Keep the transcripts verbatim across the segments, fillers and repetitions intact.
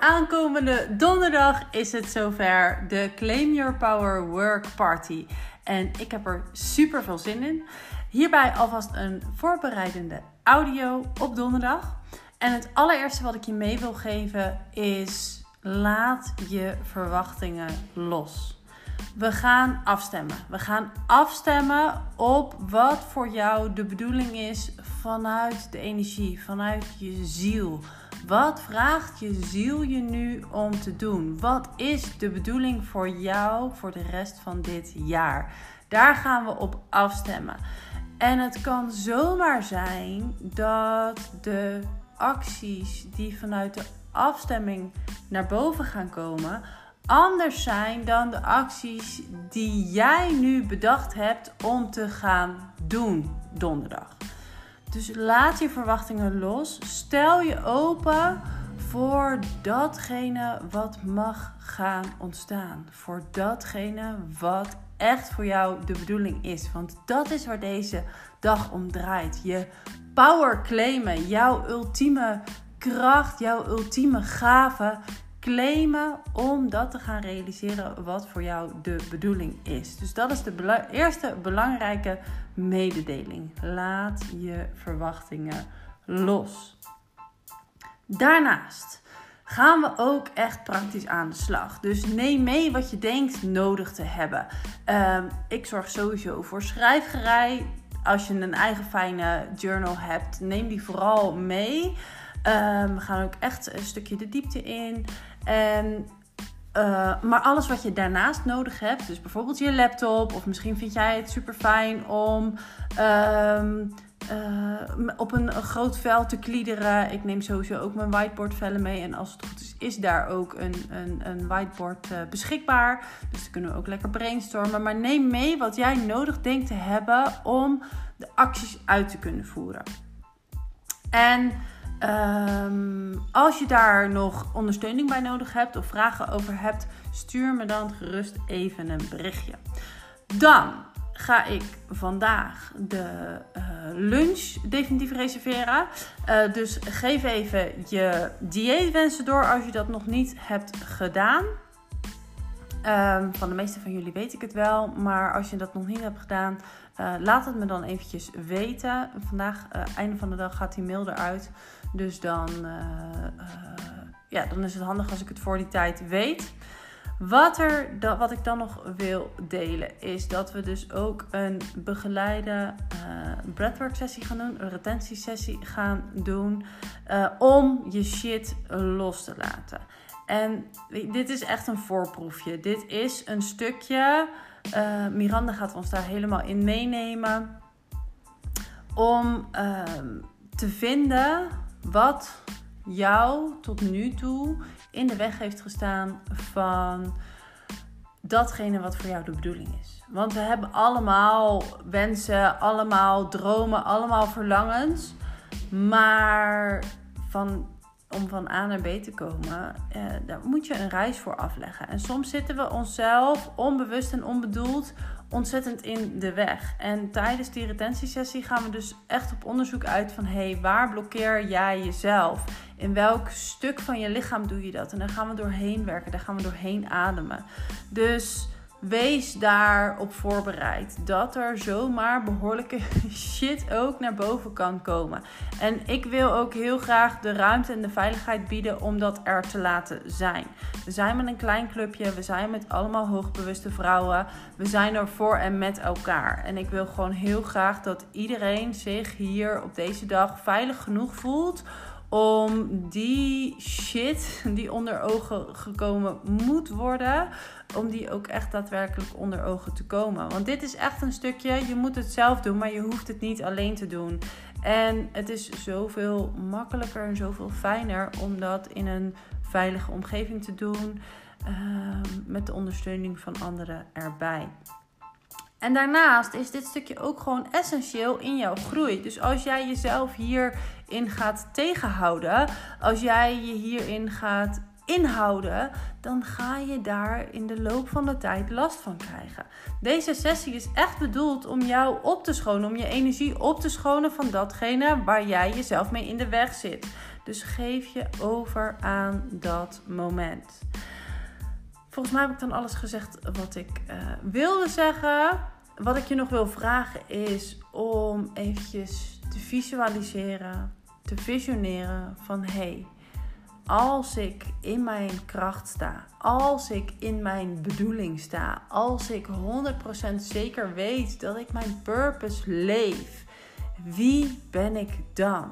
aankomende donderdag is het zover, de Claim Your Power Work Party. En ik heb er super veel zin in. Hierbij alvast een voorbereidende audio op donderdag. En het allereerste wat ik je mee wil geven is: laat je verwachtingen los. We gaan afstemmen. We gaan afstemmen op wat voor jou de bedoeling is vanuit de energie, vanuit je ziel. Wat vraagt je ziel je nu om te doen? Wat is de bedoeling voor jou voor de rest van dit jaar? Daar gaan we op afstemmen. En het kan zomaar zijn dat de acties die vanuit de afstemming naar boven gaan komen anders zijn dan de acties die jij nu bedacht hebt om te gaan doen donderdag. Dus laat je verwachtingen los. Stel je open voor datgene wat mag gaan ontstaan. Voor datgene wat echt voor jou de bedoeling is. Want dat is waar deze dag om draait. Je power claimen, jouw ultieme kracht, jouw ultieme gave claimen om dat te gaan realiseren wat voor jou de bedoeling is. Dus dat is de bela- eerste belangrijke mededeling. Laat je verwachtingen los. Daarnaast gaan we ook echt praktisch aan de slag. Dus neem mee wat je denkt nodig te hebben. Um, ik zorg sowieso voor schrijfgerij. Als je een eigen fijne journal hebt, neem die vooral mee. Um, we gaan ook echt een stukje de diepte in. En, uh, maar alles wat je daarnaast nodig hebt, dus bijvoorbeeld je laptop, of misschien vind jij het super fijn om um, uh, op een, een groot vel te kliederen. Ik neem sowieso ook mijn whiteboardvellen mee. En als het goed is, is daar ook een, een, een whiteboard uh, beschikbaar. Dus dan kunnen we ook lekker brainstormen. Maar neem mee wat jij nodig denkt te hebben om de acties uit te kunnen voeren. En Um, als je daar nog ondersteuning bij nodig hebt of vragen over hebt, stuur me dan gerust even een berichtje. Dan ga ik vandaag de uh, lunch definitief reserveren. Uh, dus geef even je dieetwensen door als je dat nog niet hebt gedaan. Um, van de meeste van jullie weet ik het wel, maar als je dat nog niet hebt gedaan, uh, laat het me dan eventjes weten. Vandaag, uh, einde van de dag, gaat die mail eruit. Dus dan, uh, uh, ja, dan is het handig als ik het voor die tijd weet. Wat, er, da, wat ik dan nog wil delen is dat we dus ook een begeleide uh, breathwork sessie gaan doen. Een retentiesessie gaan doen. Uh, om je shit los te laten. En dit is echt een voorproefje. Dit is een stukje. Uh, Miranda gaat ons daar helemaal in meenemen. Om uh, te vinden wat jou tot nu toe in de weg heeft gestaan van datgene wat voor jou de bedoeling is. Want we hebben allemaal wensen, allemaal dromen, allemaal verlangens. Maar van... om van A naar B te komen, eh, daar moet je een reis voor afleggen. En soms zitten we onszelf onbewust en onbedoeld ontzettend in de weg. En tijdens die retentiesessie gaan we dus echt op onderzoek uit van hé, hey, waar blokkeer jij jezelf? In welk stuk van je lichaam doe je dat? En daar gaan we doorheen werken, daar gaan we doorheen ademen. Dus wees daarop voorbereid dat er zomaar behoorlijke shit ook naar boven kan komen. En ik wil ook heel graag de ruimte en de veiligheid bieden om dat er te laten zijn. We zijn met een klein clubje, we zijn met allemaal hoogbewuste vrouwen. We zijn er voor en met elkaar. En ik wil gewoon heel graag dat iedereen zich hier op deze dag veilig genoeg voelt om die shit die onder ogen gekomen moet worden, om die ook echt daadwerkelijk onder ogen te komen. Want dit is echt een stukje, je moet het zelf doen, maar je hoeft het niet alleen te doen. En het is zoveel makkelijker en zoveel fijner om dat in een veilige omgeving te doen, uh, met de ondersteuning van anderen erbij. En daarnaast is dit stukje ook gewoon essentieel in jouw groei. Dus als jij jezelf hierin gaat tegenhouden, als jij je hierin gaat inhouden, dan ga je daar in de loop van de tijd last van krijgen. Deze sessie is echt bedoeld om jou op te schonen, om je energie op te schonen van datgene waar jij jezelf mee in de weg zit. Dus geef je over aan dat moment. Volgens mij heb ik dan alles gezegd wat ik uh, wilde zeggen. Wat ik je nog wil vragen is om eventjes te visualiseren, te visioneren van hé, hey, als ik in mijn kracht sta, als ik in mijn bedoeling sta, als ik honderd procent zeker weet dat ik mijn purpose leef, wie ben ik dan?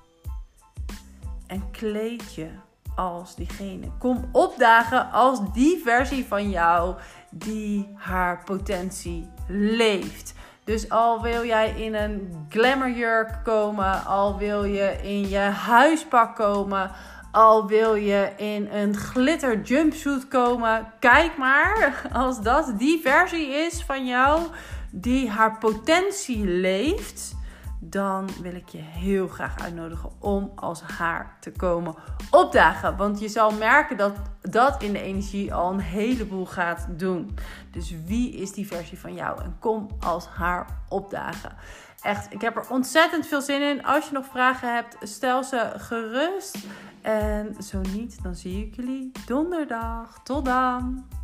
En kleed je als diegene. Kom opdagen als die versie van jou die haar potentie leeft. Dus al wil jij in een glamourjurk komen, al wil je in je huispak komen, al wil je in een glitter jumpsuit komen, kijk maar, als dat die versie is van jou die haar potentie leeft, dan wil ik je heel graag uitnodigen om als haar te komen opdagen. Want je zal merken dat dat in de energie al een heleboel gaat doen. Dus wie is die versie van jou? En kom als haar opdagen. Echt, ik heb er ontzettend veel zin in. Als je nog vragen hebt, stel ze gerust. En zo niet, dan zie ik jullie donderdag. Tot dan!